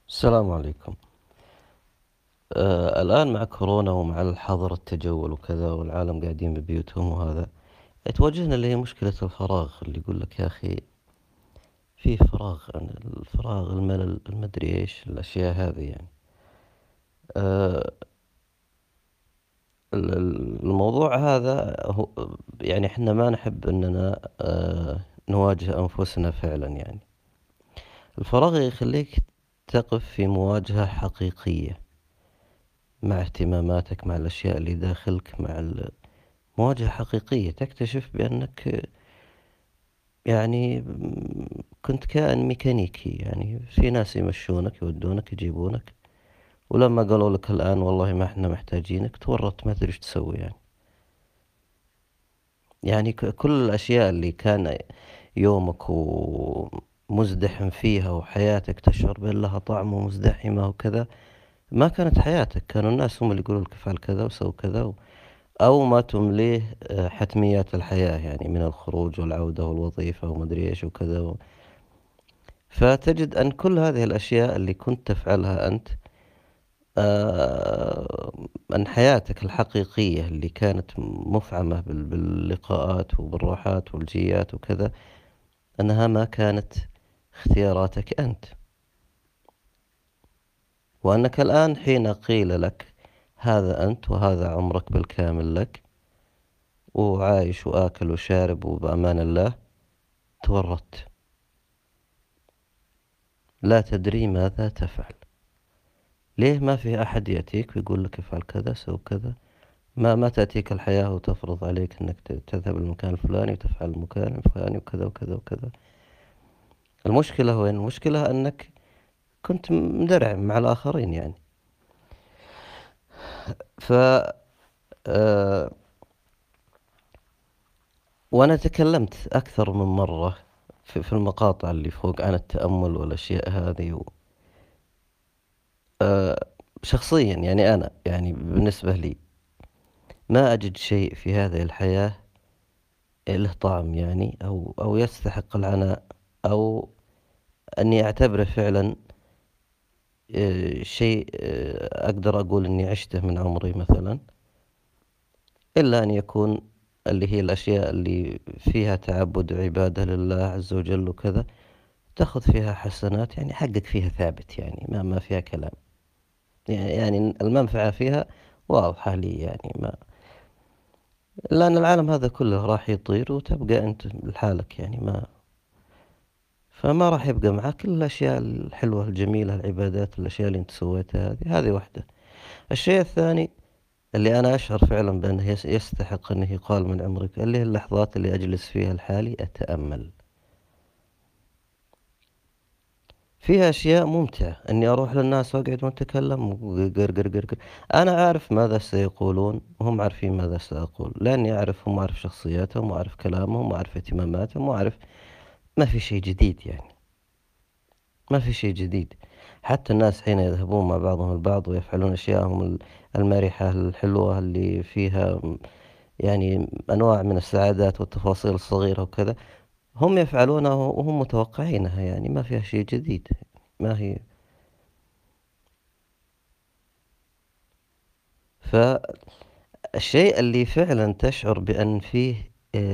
السلام عليكم. الآن مع كورونا ومع الحظر التجول وكذا والعالم قاعدين ببيوتهم وهذا تواجهنا اللي هي مشكلة الفراغ اللي يقول لك يا أخي في فراغ، يعني الفراغ، الملل، المدري إيش الأشياء هذه يعني. آه الموضوع هذا هو يعني إحنا ما نحب أننا نواجه أنفسنا فعلا يعني. الفراغ يخليك تقف في مواجهة حقيقية مع اهتماماتك، مع الأشياء اللي داخلك، مع مواجهة حقيقية، تكتشف بأنك يعني كنت كائن ميكانيكي، يعني في ناس يمشونك يودونك يجيبونك، ولما قالوا لك الآن والله ما احنا محتاجينك تورطت ما تدري ايش تسوي يعني. يعني كل الأشياء اللي كان يومك ومزدحم فيها وحياتك تشعر بأن لها طعم ومزدحمة وكذا، ما كانت حياتك، كانوا الناس هم اللي يقولوا لك افعل كذا وسوي كذا، أو ما تمليه حتميات الحياة، يعني من الخروج والعودة والوظيفة ومدري إيش وكذا فتجد أن كل هذه الأشياء اللي كنت تفعلها أنت، أن حياتك الحقيقية اللي كانت مفعمة باللقاءات وبالراحات والجيات وكذا، أنها ما كانت اختياراتك أنت، وأنك الآن حين قيل لك هذا أنت وهذا عمرك بالكامل لك وعايش وآكل وشارب وبأمان الله، تورطت، لا تدري ماذا تفعل. ليه ما في أحد يأتيك ويقول لك افعل كذا سو كذا؟ ما تأتيك الحياة وتفرض عليك أنك تذهب المكان الفلاني وتفعل المكان الفلاني وكذا وكذا وكذا. المشكلة وين؟ المشكلة أنك كنت مدرع مع الآخرين يعني. ف آه، وأنا تكلمت أكثر من مرة في المقاطع اللي فوق عن التأمل والأشياء هذه شخصيا يعني أنا يعني بالنسبة لي ما أجد شيء في هذه الحياة له طعم يعني، أو يستحق العناء، أو أني أعتبره فعلا شيء أقدر أقول أني عشته من عمري مثلا، إلا أن يكون اللي هي الأشياء اللي فيها تعبد وعبادة لله عز وجل وكذا، تأخذ فيها حسنات، يعني حقك فيها ثابت، يعني ما فيها كلام، يعني المنفعة فيها واضحة لي يعني. ما لأن العالم هذا كله راح يطير وتبقى أنت لحالك يعني، فما راح يبقى معك إلا الأشياء الحلوة الجميلة، العبادات، الأشياء اللي أنت سويتها هذه واحدة. الشيء الثاني اللي أنا أشعر فعلا بأنه يستحق أنه يقال من عمرك، اللي هي اللحظات اللي أجلس فيها لحالي أتأمل فيها أشياء ممتعة، أني أروح للناس وأقعد وأتكلم وقر. أنا عارف ماذا سيقولون وهم عارفين ماذا سأقول، لأني أعرفهم وأعرف شخصياتهم وأعرف كلامهم وأعرف اهتماماتهم وأعرف. ما في شيء جديد يعني، ما في شيء جديد. حتى الناس حين يذهبون مع بعضهم البعض ويفعلون أشياءهم المرحة الحلوة اللي فيها يعني أنواع من السعادات والتفاصيل الصغيرة وكذا، هم يفعلونها وهم متوقعينها، يعني ما فيها شيء جديد. ما هي. فالشيء اللي فعلا تشعر بأن فيه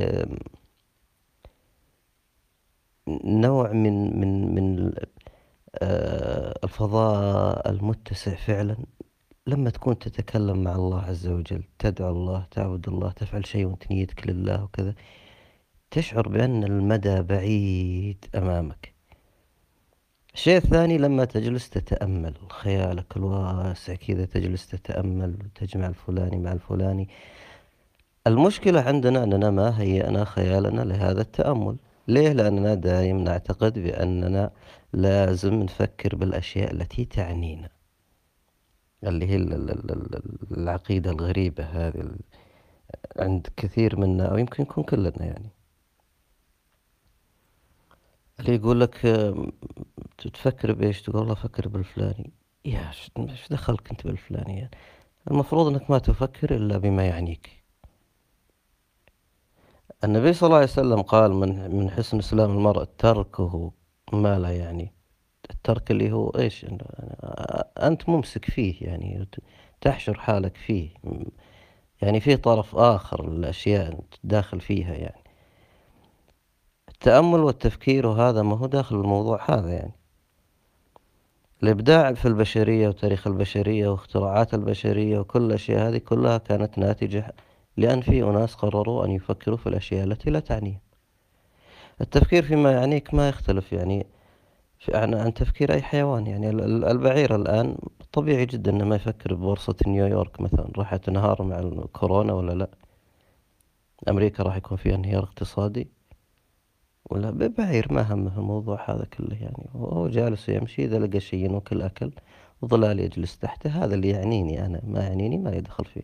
نوع من الفضاء المتسع فعلا، لما تكون تتكلم مع الله عز وجل، تدعو الله، تعبد الله، تفعل شيء وانت نيتك لله وكذا، تشعر بأن المدى بعيد أمامك. الشيء الثاني لما تجلس تتأمل خيالك الواسع كذا، تجلس تتأمل وتجمع الفلاني مع الفلاني. المشكلة عندنا أننا ما هيئنا خيالنا لهذا التأمل. ليه؟ لأننا دائما نعتقد بأننا لازم نفكر بالأشياء التي تعنينا، اللي هي العقيدة الغريبة هذه عند كثير منا، أو يمكن يكون كلنا يعني، اللي يقول لك تفكر بإيش؟ تقول والله أفكر بالفلاني. يا إيش دخلك أنت بالفلاني يعني؟ المفروض أنك ما تفكر إلا بما يعنيك. النبي صلى الله عليه وسلم قال من حسن إسلام المرء تركه ما لا يعني. الترك اللي هو إيش أنت ممسك فيه يعني تحشر حالك فيه يعني في طرف آخر للأشياء أنت داخل فيها يعني. التأمل والتفكير وهذا ما هو داخل الموضوع هذا يعني. الإبداع في البشرية وتاريخ البشرية واختراعات البشرية وكل الأشياء هذه كلها كانت ناتجة لأن في أناس قرروا أن يفكروا في الأشياء التي لا تعنيهم. التفكير فيما يعنيك ما يختلف يعني عن تفكير أي حيوان يعني. البعير الآن طبيعي جدا إنه ما يفكر ببورصة نيويورك مثلا راح تنهار مع الكورونا ولا لا. أمريكا راح يكون فيها انهيار اقتصادي ولا. بعير ما همه الموضوع هذا كله يعني. وهو جالس يمشي إذا لقى شيء ينوكل أكل وظلال يجلس تحته. هذا اللي يعنيني أنا، ما يعنيني ما يدخل فيه.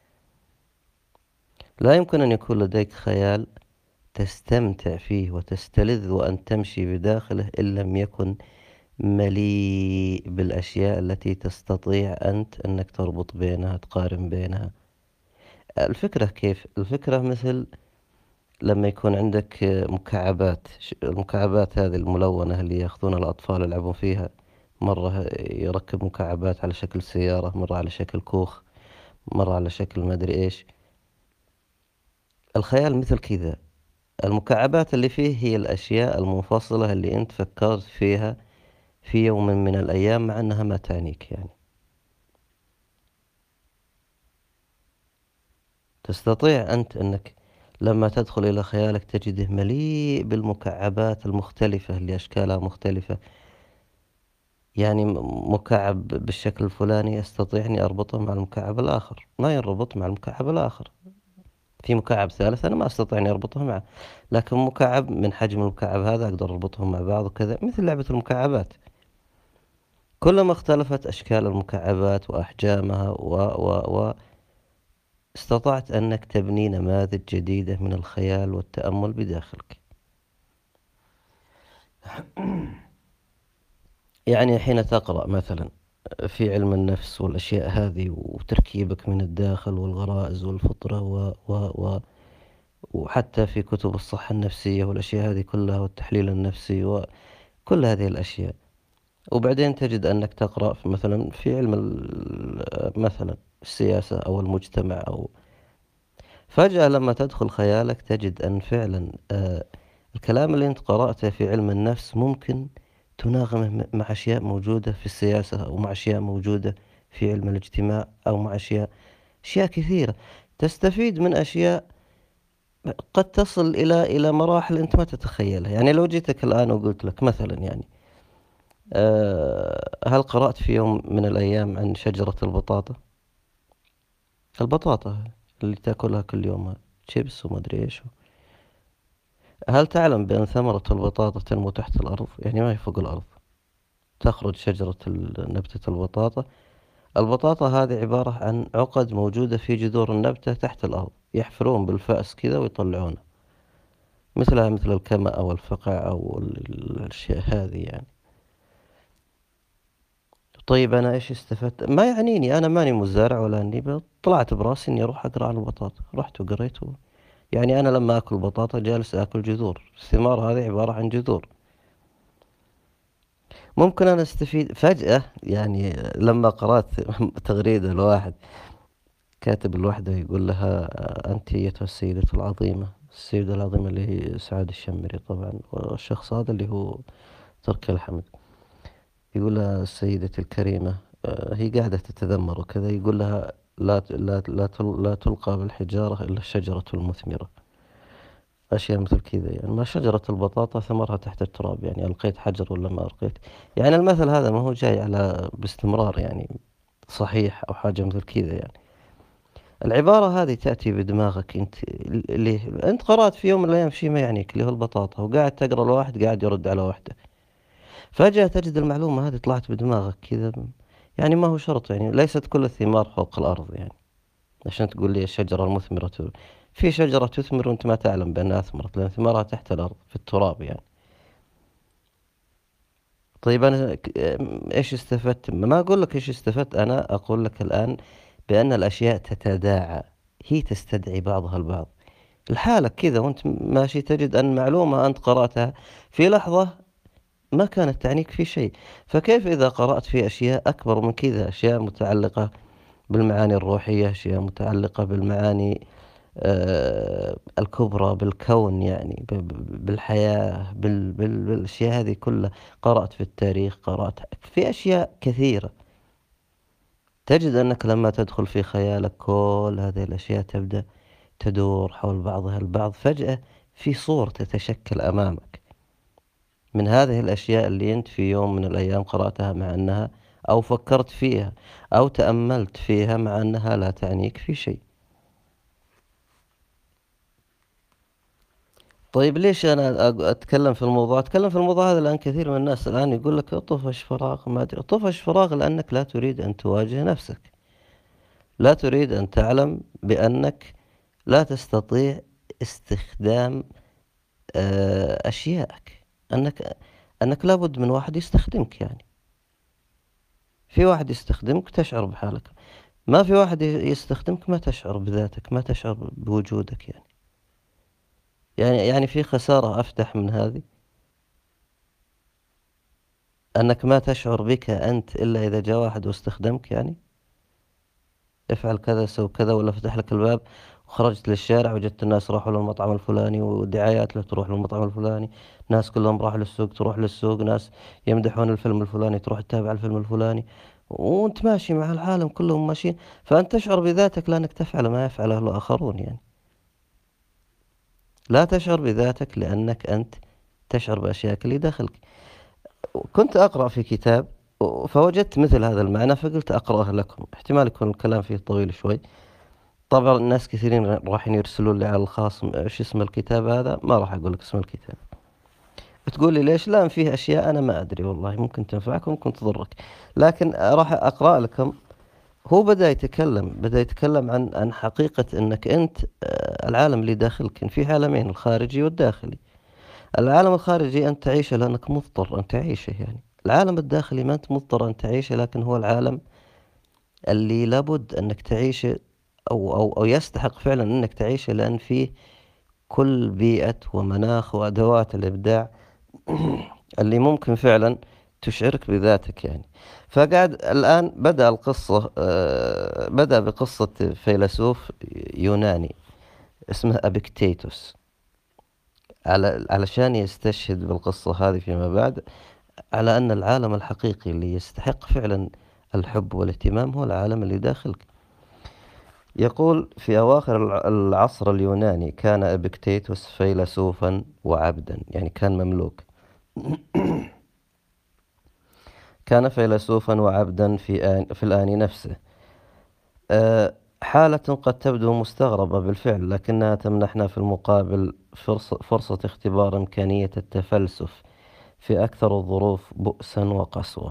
لا يمكن أن يكون لديك خيال تستمتع فيه وتستلذ وأن تمشي بداخله إن لم يكن مليء بالأشياء التي تستطيع أنت أنك تربط بينها تقارن بينها. الفكرة كيف؟ الفكرة مثل لما يكون عندك مكعبات. المكعبات هذه الملونة اللي ياخذون الأطفال يلعبون فيها. مرة يركب مكعبات على شكل سيارة، مرة على شكل كوخ، مرة على شكل ما أدري إيش. الخيال مثل كذا. المكعبات اللي فيه هي الأشياء المنفصلة اللي أنت فكرت فيها في يوم من الأيام مع أنها ما تعنيك يعني. تستطيع أنت أنك لما تدخل إلى خيالك تجده مليء بالمكعبات المختلفة اللي أشكالها مختلفة. يعني مكعب بالشكل الفلاني أستطيع أني أربطه مع المكعب الآخر ما يربط مع المكعب الآخر. في مكعب ثالث أنا ما أستطيع أني أربطه معه، لكن مكعب من حجم المكعب هذا أقدر أربطهم مع بعض وكذا. مثل لعبة المكعبات. كلما اختلفت أشكال المكعبات وأحجامها استطعت أنك تبني نماذج جديدة من الخيال والتأمل بداخلك. يعني حين تقرأ مثلا في علم النفس والأشياء هذه وتركيبك من الداخل والغرائز والفطرة وحتى في كتب الصحة النفسية والأشياء هذه كلها والتحليل النفسي وكل هذه الأشياء. وبعدين تجد أنك تقرأ في مثلا في علم مثلا السياسة أو المجتمع أو فجأة لما تدخل خيالك تجد أن فعلا الكلام اللي أنت قرأته في علم النفس ممكن تناغمه مع أشياء موجودة في السياسة أو مع أشياء موجودة في علم الاجتماع أو مع أشياء كثيرة. تستفيد من أشياء قد تصل إلى مراحل أنت ما تتخيلها. يعني لو جيتك الآن وقلت لك مثلا يعني هل قرأت في يوم من الأيام عن شجرة البطاطا؟ البطاطا اللي تاكلها كل يوم شيبس وما أدري إيش. هل تعلم بأن ثمرة البطاطا تنمو تحت الأرض؟ يعني ما هي فوق الأرض. تخرج شجرة نبتة البطاطا. البطاطا هذه عبارة عن عقد موجودة في جذور النبتة تحت الأرض. يحفرون بالفأس كذا ويطلعونها مثلها مثل الكمأ أو الفقع أو الأشياء هذه يعني. طيب أنا إيش استفدت؟ ما يعنيني، أنا ماني مزارع ولا إني طلعت براسي إني أروح أقرأ عن البطاطا. رحت وقريت يعني أنا لما أكل بطاطا جالس أكل جذور. الثمار هذه عبارة عن جذور. ممكن أنا أستفيد فجأة يعني. لما قرأت تغريدة لواحد كاتب الوحدة يقول لها أنت أيتها السيدة العظيمة. السيدة العظيمة اللي هي سعاد الشمري طبعا، والشخص هذا اللي هو تركي الحمد. يقول لها سيدتي الكريمة. هي قاعدة تتذمر وكذا. يقول لها لا تلقى بالحجارة إلا الشجرة المثمرة. أشياء مثل كذا يعني. ما شجرة البطاطا ثمرها تحت التراب يعني. ألقيت حجر ولا ما ألقيت. يعني المثل هذا ما هو جاي على باستمرار يعني صحيح أو حاجة مثل كذا يعني. العبارة هذه تأتي بدماغك أنت. اللي أنت قرأت في يوم من الأيام شيء ما يعنيك اللي هو البطاطا وقاعد تقرأ لواحد قاعد يرد على واحدة. فجأة تجد المعلومة هذه طلعت بدماغك كذا. يعني ما هو شرط يعني. ليست كل الثمار فوق الأرض يعني عشان تقول لي الشجرة المثمرة. في شجرة تثمر وأنت ما تعلم بأنها أثمرت لأن ثمارها تحت الأرض في التراب يعني. طيب أنا إيش استفدت؟ ما أقول لك إيش استفدت. أنا أقول لك الآن بأن الأشياء تتداعى. هي تستدعي بعضها البعض. لحالك كذا وأنت ماشي تجد أن معلومة أنت قرأتها في لحظة ما كانت تعنيك في شيء. فكيف إذا قرأت في أشياء أكبر من كذا، أشياء متعلقة بالمعاني الروحية، أشياء متعلقة بالمعاني الكبرى بالكون، يعني بالحياة، بالأشياء هذه كلها. قرأت في التاريخ، قرأت في أشياء كثيرة. تجد أنك لما تدخل في خيالك كل هذه الأشياء تبدأ تدور حول بعضها البعض، فجأة في صور تتشكل أمامك من هذه الأشياء اللي أنت في يوم من الأيام قرأتها، مع أنها أو فكرت فيها أو تأملت فيها مع أنها لا تعنيك في شيء. طيب ليش أنا أتكلم في الموضوع؟ أتكلم في الموضوع هذا لأن كثير من الناس الآن يقول لك طفش فراغ، ما أدري. طفش فراغ لأنك لا تريد أن تواجه نفسك، لا تريد أن تعلم بأنك لا تستطيع استخدام أشيائك، أنك لابد من واحد يستخدمك. يعني في واحد يستخدمك تشعر بحالك، ما في واحد يستخدمك ما تشعر بذاتك، ما تشعر بوجودك. يعني في خسارة أفتح من هذه، أنك ما تشعر بك أنت إلا إذا جاء واحد واستخدمك. يعني افعل كذا، سو كذا، ولا فتح لك الباب وخرجت للشارع وجدت الناس راحوا للمطعم الفلاني ودعايات له تروح للمطعم الفلاني، ناس كلهم راحوا للسوق تروح للسوق، ناس يمدحون الفيلم الفلاني تروح تتابع الفيلم الفلاني، وانت ماشي مع العالم كلهم ماشيين. فأنت تشعر بذاتك لأنك تفعل ما يفعله الآخرون. يعني لا تشعر بذاتك لأنك أنت تشعر بأشياء اللي داخلك. كنت أقرأ في كتاب فوجدت مثل هذا المعنى، فقلت أقرأه لكم، احتمال يكون الكلام فيه طويل شوي. طبعا الناس كثيرين راح يرسلون لي على الخاص ايش اسم الكتاب هذا، ما راح أقول لك اسم الكتاب. بتقول لي ليش؟ لا، فيه أشياء أنا ما أدري والله، ممكن تنفعك وممكن تضرك، لكن راح أقرأ لكم. هو بدأ يتكلم عن حقيقة أنك أنت العالم اللي داخلك، إن في عالمين، الخارجي والداخلي. العالم الخارجي أنت تعيشه لأنك مضطر أن تعيشه. يعني العالم الداخلي ما أنت مضطر أن تعيشه، لكن هو العالم اللي لابد أنك تعيشه، أو يستحق فعلا أنك تعيشه، لأن فيه كل بيئة ومناخ وأدوات الإبداع اللي ممكن فعلا تشعرك بذاتك. يعني فقاعد الآن بدأ القصة، بدأ بقصة فيلسوف يوناني اسمه أبيكتيتوس، علشان يستشهد بالقصة هذه فيما بعد على أن العالم الحقيقي اللي يستحق فعلا الحب والاهتمام هو العالم اللي داخلك. يقول في أواخر العصر اليوناني كان إبكتيتوس فيلسوفا وعبدا، يعني كان مملوك. كان فيلسوفا وعبدا في الآن نفسه. حالة قد تبدو مستغربة بالفعل، لكنها تمنحنا في المقابل فرصة اختبار إمكانية التفلسف في أكثر الظروف بؤسا وقسوة.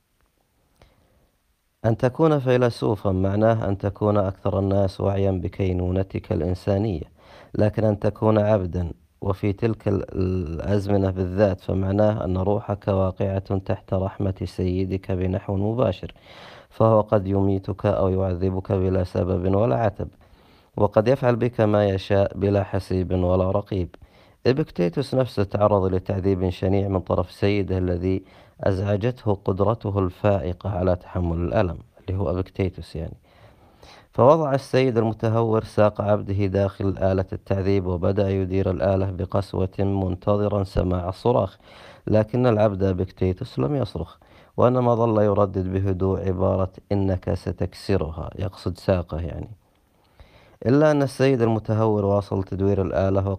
أن تكون فيلسوفا معناه أن تكون أكثر الناس وعيا بكينونتك الإنسانية، لكن أن تكون عبدا وفي تلك الأزمنة بالذات فمعناه أن روحك واقعة تحت رحمة سيدك بنحو مباشر، فهو قد يميتك أو يعذبك بلا سبب ولا عتب، وقد يفعل بك ما يشاء بلا حسيب ولا رقيب. إبكتيتوس نفسه تعرض لتعذيب شنيع من طرف سيده الذي أزعجته قدرته الفائقة على تحمل الألم، اللي هو أبكتيتوس يعني. فوضع السيد المتهور ساق عبده داخل آلة التعذيب، وبدأ يدير الآلة بقسوة منتظرا سماع الصراخ، لكن العبد أبكتيتوس لم يصرخ، وإنما ظل يردد بهدوء عبارة إنك ستكسرها، يقصد ساقه يعني. إلا أن السيد المتهور واصل تدوير الآلة،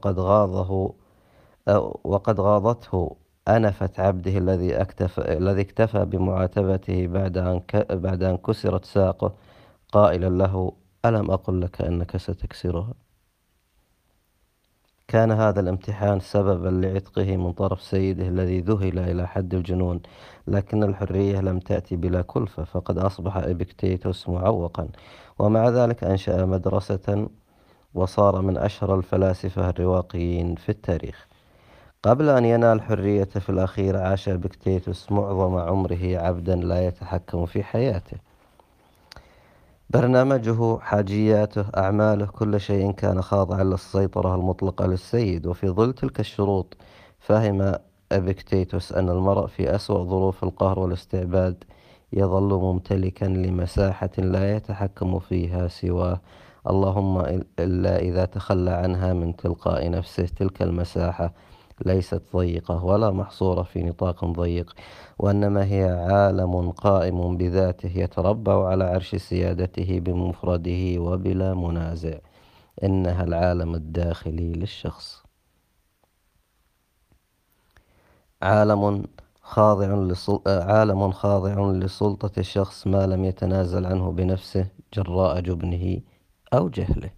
وقد غاضته أنفة عبده الذي اكتفى بمعاتبته بعد أن كسرت ساقه، قائلا له: ألم أقل لك أنك ستكسرها؟ كان هذا الامتحان سببا لعتقه من طرف سيده الذي ذهل إلى حد الجنون، لكن الحرية لم تأتي بلا كلفة، فقد أصبح إبكتيتوس معوقا، ومع ذلك أنشأ مدرسة وصار من أشهر الفلاسفة الرواقيين في التاريخ. قبل أن ينال حرية في الأخير عاش إبكتيتوس معظم عمره عبدا لا يتحكم في حياته. برنامجه، حاجياته، أعماله، كل شيء كان خاضعا للسيطرة المطلقة للسيد. وفي ظل تلك الشروط فهم أبيكتيتوس أن المرء في أسوأ ظروف القهر والاستعباد يظل ممتلكا لمساحة لا يتحكم فيها سواه، اللهم إلا إذا تخلى عنها من تلقاء نفسه. تلك المساحة ليست ضيقة ولا محصورة في نطاق ضيق، وإنما هي عالم قائم بذاته يتربع على عرش سيادته بمفرده وبلا منازع. إنها العالم الداخلي للشخص، عالم عالم خاضع لسلطة الشخص ما لم يتنازل عنه بنفسه جراء جبنه أو جهله.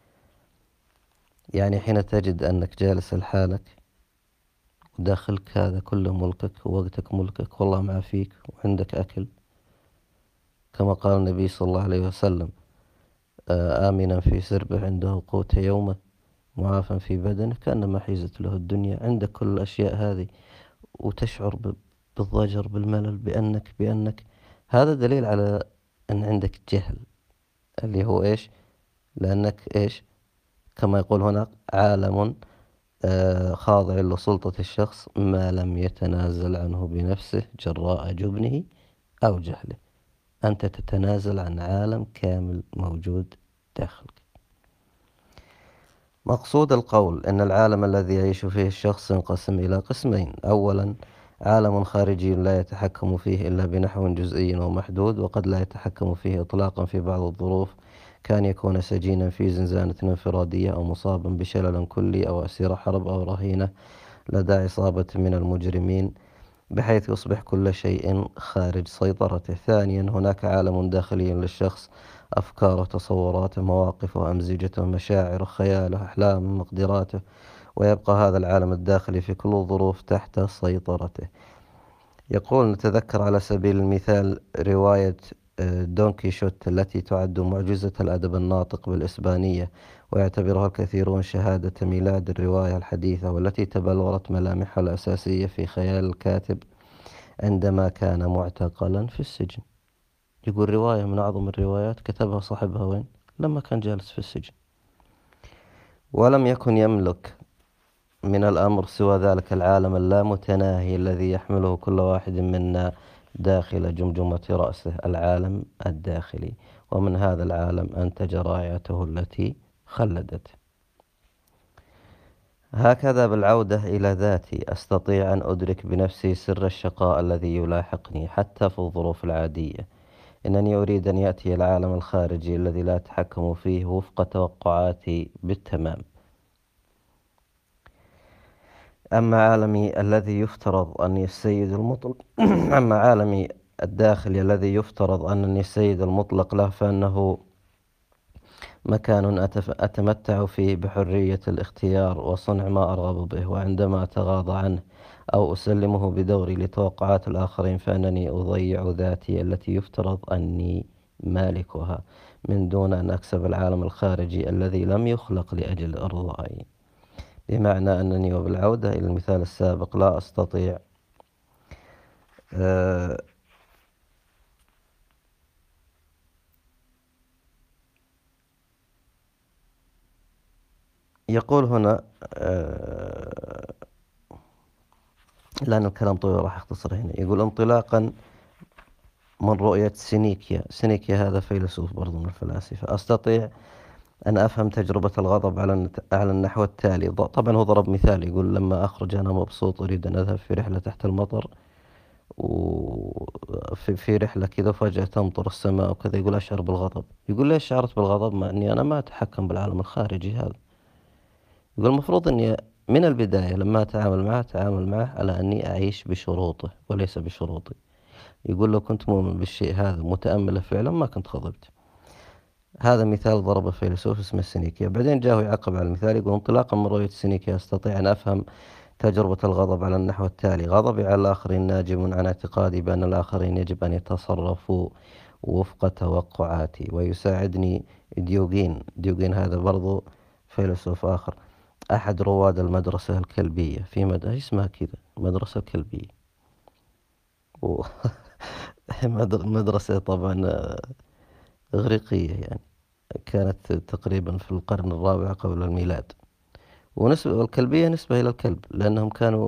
يعني حين تجد أنك جالس لحالك وداخلك هذا كله ملكك ووقتك ملكك والله معافيك وعندك أكل، كما قال النبي صلى الله عليه وسلم: آمنا في سربه عنده قوت يومه معافى في بدنه كأنما حيزت له الدنيا. عندك كل الأشياء هذه وتشعر بالضجر بالملل بأنك هذا دليل على أن عندك جهل، اللي هو إيش؟ لأنك إيش؟ كما يقول هنا: عالم خاضع لسلطة الشخص ما لم يتنازل عنه بنفسه جراء جبنه أو جهله. أنت تتنازل عن عالم كامل موجود داخلك. مقصود القول أن العالم الذي يعيش فيه الشخص ينقسم إلى قسمين: أولا عالم خارجي لا يتحكم فيه إلا بنحو جزئي ومحدود، وقد لا يتحكم فيه إطلاقا في بعض الظروف، كان يكون سجينا في زنزانة انفرادية أو مصابا بشلل كلي أو أسير حرب أو رهينة لدى عصابة من المجرمين، بحيث يصبح كل شيء خارج سيطرته. ثانيا هناك عالم داخلي للشخص: أفكاره، تصوراته، مواقفه، أمزجته، مشاعره، خياله، أحلامه، مقدراته، ويبقى هذا العالم الداخلي في كل الظروف تحت سيطرته. يقول: نتذكر على سبيل المثال رواية دون كيشوت التي تعد معجزة الأدب الناطق بالإسبانية، ويعتبرها الكثيرون شهادة ميلاد الرواية الحديثة، والتي تبلورت ملامحها الأساسية في خيال الكاتب عندما كان معتقلا في السجن. يقول رواية من أعظم الروايات كتبها صاحبها وين؟ لما كان جالس في السجن، ولم يكن يملك من الأمر سوى ذلك العالم اللامتناهي الذي يحمله كل واحد منا داخل جمجمة رأسه، العالم الداخلي. ومن هذا العالم أنتج رائعته التي خلدته. هكذا بالعودة إلى ذاتي أستطيع أن أدرك بنفسي سر الشقاء الذي يلاحقني حتى في الظروف العادية. إنني أريد أن يأتي العالم الخارجي الذي لا أتحكم فيه وفق توقعاتي بالتمام. أما عالمي الذي يفترض أني السيد المطلق أما عالمي الداخلي الذي يفترض أنني السيد المطلق له، فإنه مكان أتمتع فيه بحرية الاختيار وصنع ما أرغب به، وعندما أتغاضى عنه أو أسلمه بدوري لتوقعات الآخرين فإنني أضيع ذاتي التي يفترض أني مالكها، من دون أن أكسب العالم الخارجي الذي لم يخلق لأجل إرضائي. بمعنى أنني، وبالعودة إلى المثال السابق، لا أستطيع يقول هنا لأن الكلام طويل راح أختصر هنا. يقول: انطلاقا من رؤية سينيكيا هذا فيلسوف برضو من الفلاسفة، أستطيع أن أفهم تجربة الغضب على النحو التالي. طبعا هو ضرب مثال، يقول: لما أخرج أنا مبسوط أريد أن أذهب في رحلة تحت المطر، وفي رحلة كذا فجأة تمطر السماء وكذا، يقول: أشعر بالغضب. يقول: ليش شعرت بالغضب مع أني أنا ما أتحكم بالعالم الخارجي هذا؟ يقول: المفروض أني من البداية لما أتعامل معه على أني أعيش بشروطه وليس بشروطي. يقول: لو كنت مؤمن بالشيء هذا متأمله فعلا ما كنت غضبت. هذا مثال ضربه فيلسوف اسمه سينيكيا. بعدين جاء يعقب على المثال، يقول: انطلاقا من رؤية سينيكيا أستطيع أن أفهم تجربة الغضب على النحو التالي: غضبي على الآخرين ناجم عن اعتقادي بأن الآخرين يجب أن يتصرفوا وفق توقعاتي. ويساعدني ديوغين هذا برضو فيلسوف آخر، أحد رواد المدرسة الكلبية، في اسمها كذا، مدرسة كلبية و... مدرسة طبعا إغريقية، يعني كانت تقريبا في القرن الرابع قبل الميلاد. والكلبية نسبة إلى الكلب، لأنهم كانوا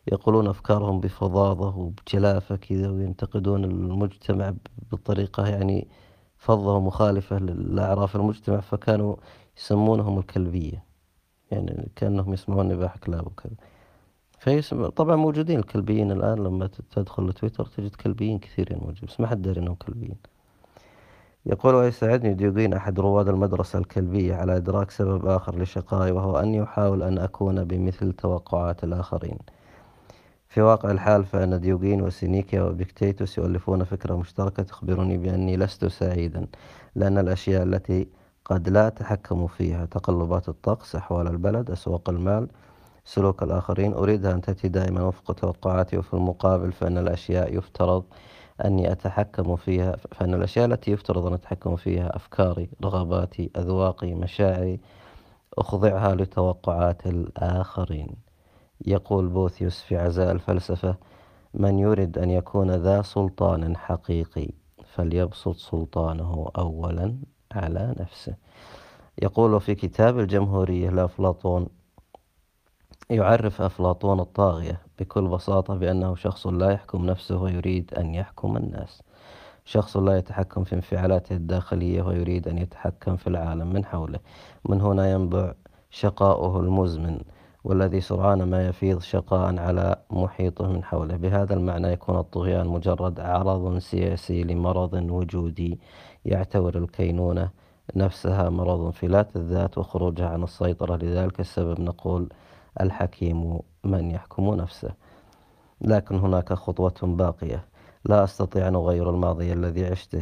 يقولون أفكارهم بفظاظة وبجلافة كذا، وينتقدون المجتمع بطريقة يعني فظة ومخالفة لأعراف المجتمع، فكانوا يسمونهم الكلبية، يعني كأنهم يسمعون نباح كلاب وكذا. طبعا موجودين الكلبيين الآن، لما تدخل لتويتر تجد كلبيين كثيرين موجودين، بس ما حد داري إنهم كلبيين. يقول: ويساعدني ديوغين أحد رواد المدرسة الكلبية على إدراك سبب آخر لشقائي، وهو أني أحاول أن أكون بمثل توقعات الآخرين. في واقع الحال فإن ديوغين وسينيكا وبيكتيتوس يؤلفون فكرة مشتركة تخبرني بأني لست سعيدا، لأن الأشياء التي قد لا أتحكم فيها، تقلبات الطقس، أحوال البلد، أسواق المال، سلوك الآخرين، أريدها أن تأتي دائما وفق توقعاتي. وفي المقابل فإن الأشياء يفترض أني أتحكم فيها، فإن الأشياء التي يفترض أن أتحكم فيها، أفكاري، رغباتي، أذواقي، مشاعري، أخضعها لتوقعات الآخرين. يقول بوثيوس في عزاء الفلسفة: من يريد أن يكون ذا سلطان حقيقي فليبسط سلطانه أولا على نفسه. يقول في كتاب الجمهورية لأفلاطون: يعرف أفلاطون الطاغية بكل بساطة بأنه شخص لا يحكم نفسه ويريد أن يحكم الناس، شخص لا يتحكم في انفعالاته الداخلية ويريد أن يتحكم في العالم من حوله. من هنا ينبع شقاؤه المزمن، والذي سرعان ما يفيض شقاء على محيطه من حوله. بهذا المعنى يكون الطغيان مجرد عرض سياسي لمرض وجودي يعتبر الكينونة نفسها مرض في ذات الذات وخروجها عن السيطرة. لذلك السبب نقول: الحكيم من يحكم نفسه. لكن هناك خطوة باقية: لا أستطيع أن أغير الماضي الذي عشته،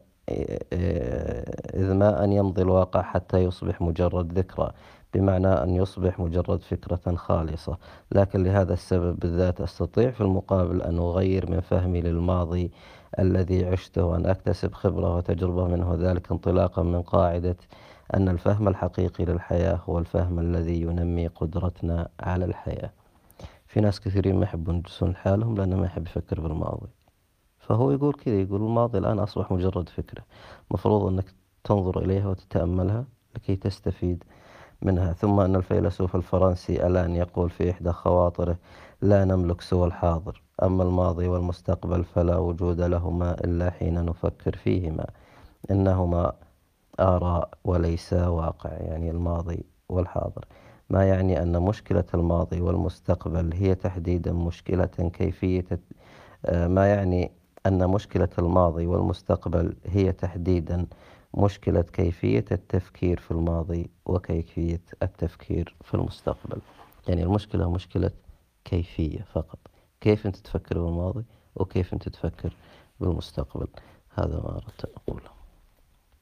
إذ ما أن يمضي الواقع حتى يصبح مجرد ذكرى، بمعنى أن يصبح مجرد فكرة خالصة. لكن لهذا السبب بالذات أستطيع في المقابل أن أغير من فهمي للماضي الذي عشته، وأن أكتسب خبرة وتجربة منه، ذلك انطلاقا من قاعدة أن الفهم الحقيقي للحياة هو الفهم الذي ينمي قدرتنا على الحياة. في ناس كثيرين ما يحبون يجلسون لحالهم لأنه ما يحب يفكر بالماضي، فهو يقول كذا، يقول الماضي الآن أصبح مجرد فكرة، مفروض أنك تنظر إليها وتتأملها لكي تستفيد منها. ثم أن الفيلسوف الفرنسي ألان يقول في إحدى خواطره: لا نملك سوى الحاضر، أما الماضي والمستقبل فلا وجود لهما إلا حين نفكر فيهما، إنهما آراء وليس واقع. يعني الماضي والحاضر، ما يعني أن مشكلة الماضي والمستقبل هي تحديدا مشكلة كيفية ما يعني أن مشكلة الماضي والمستقبل هي تحديدا مشكلة كيفية التفكير في الماضي وكيفية التفكير في المستقبل. يعني المشكلة مشكلة كيفية فقط، كيف أنت تفكر بالماضي وكيف أنت تفكر بالمستقبل. هذا ما أردت أن أقوله.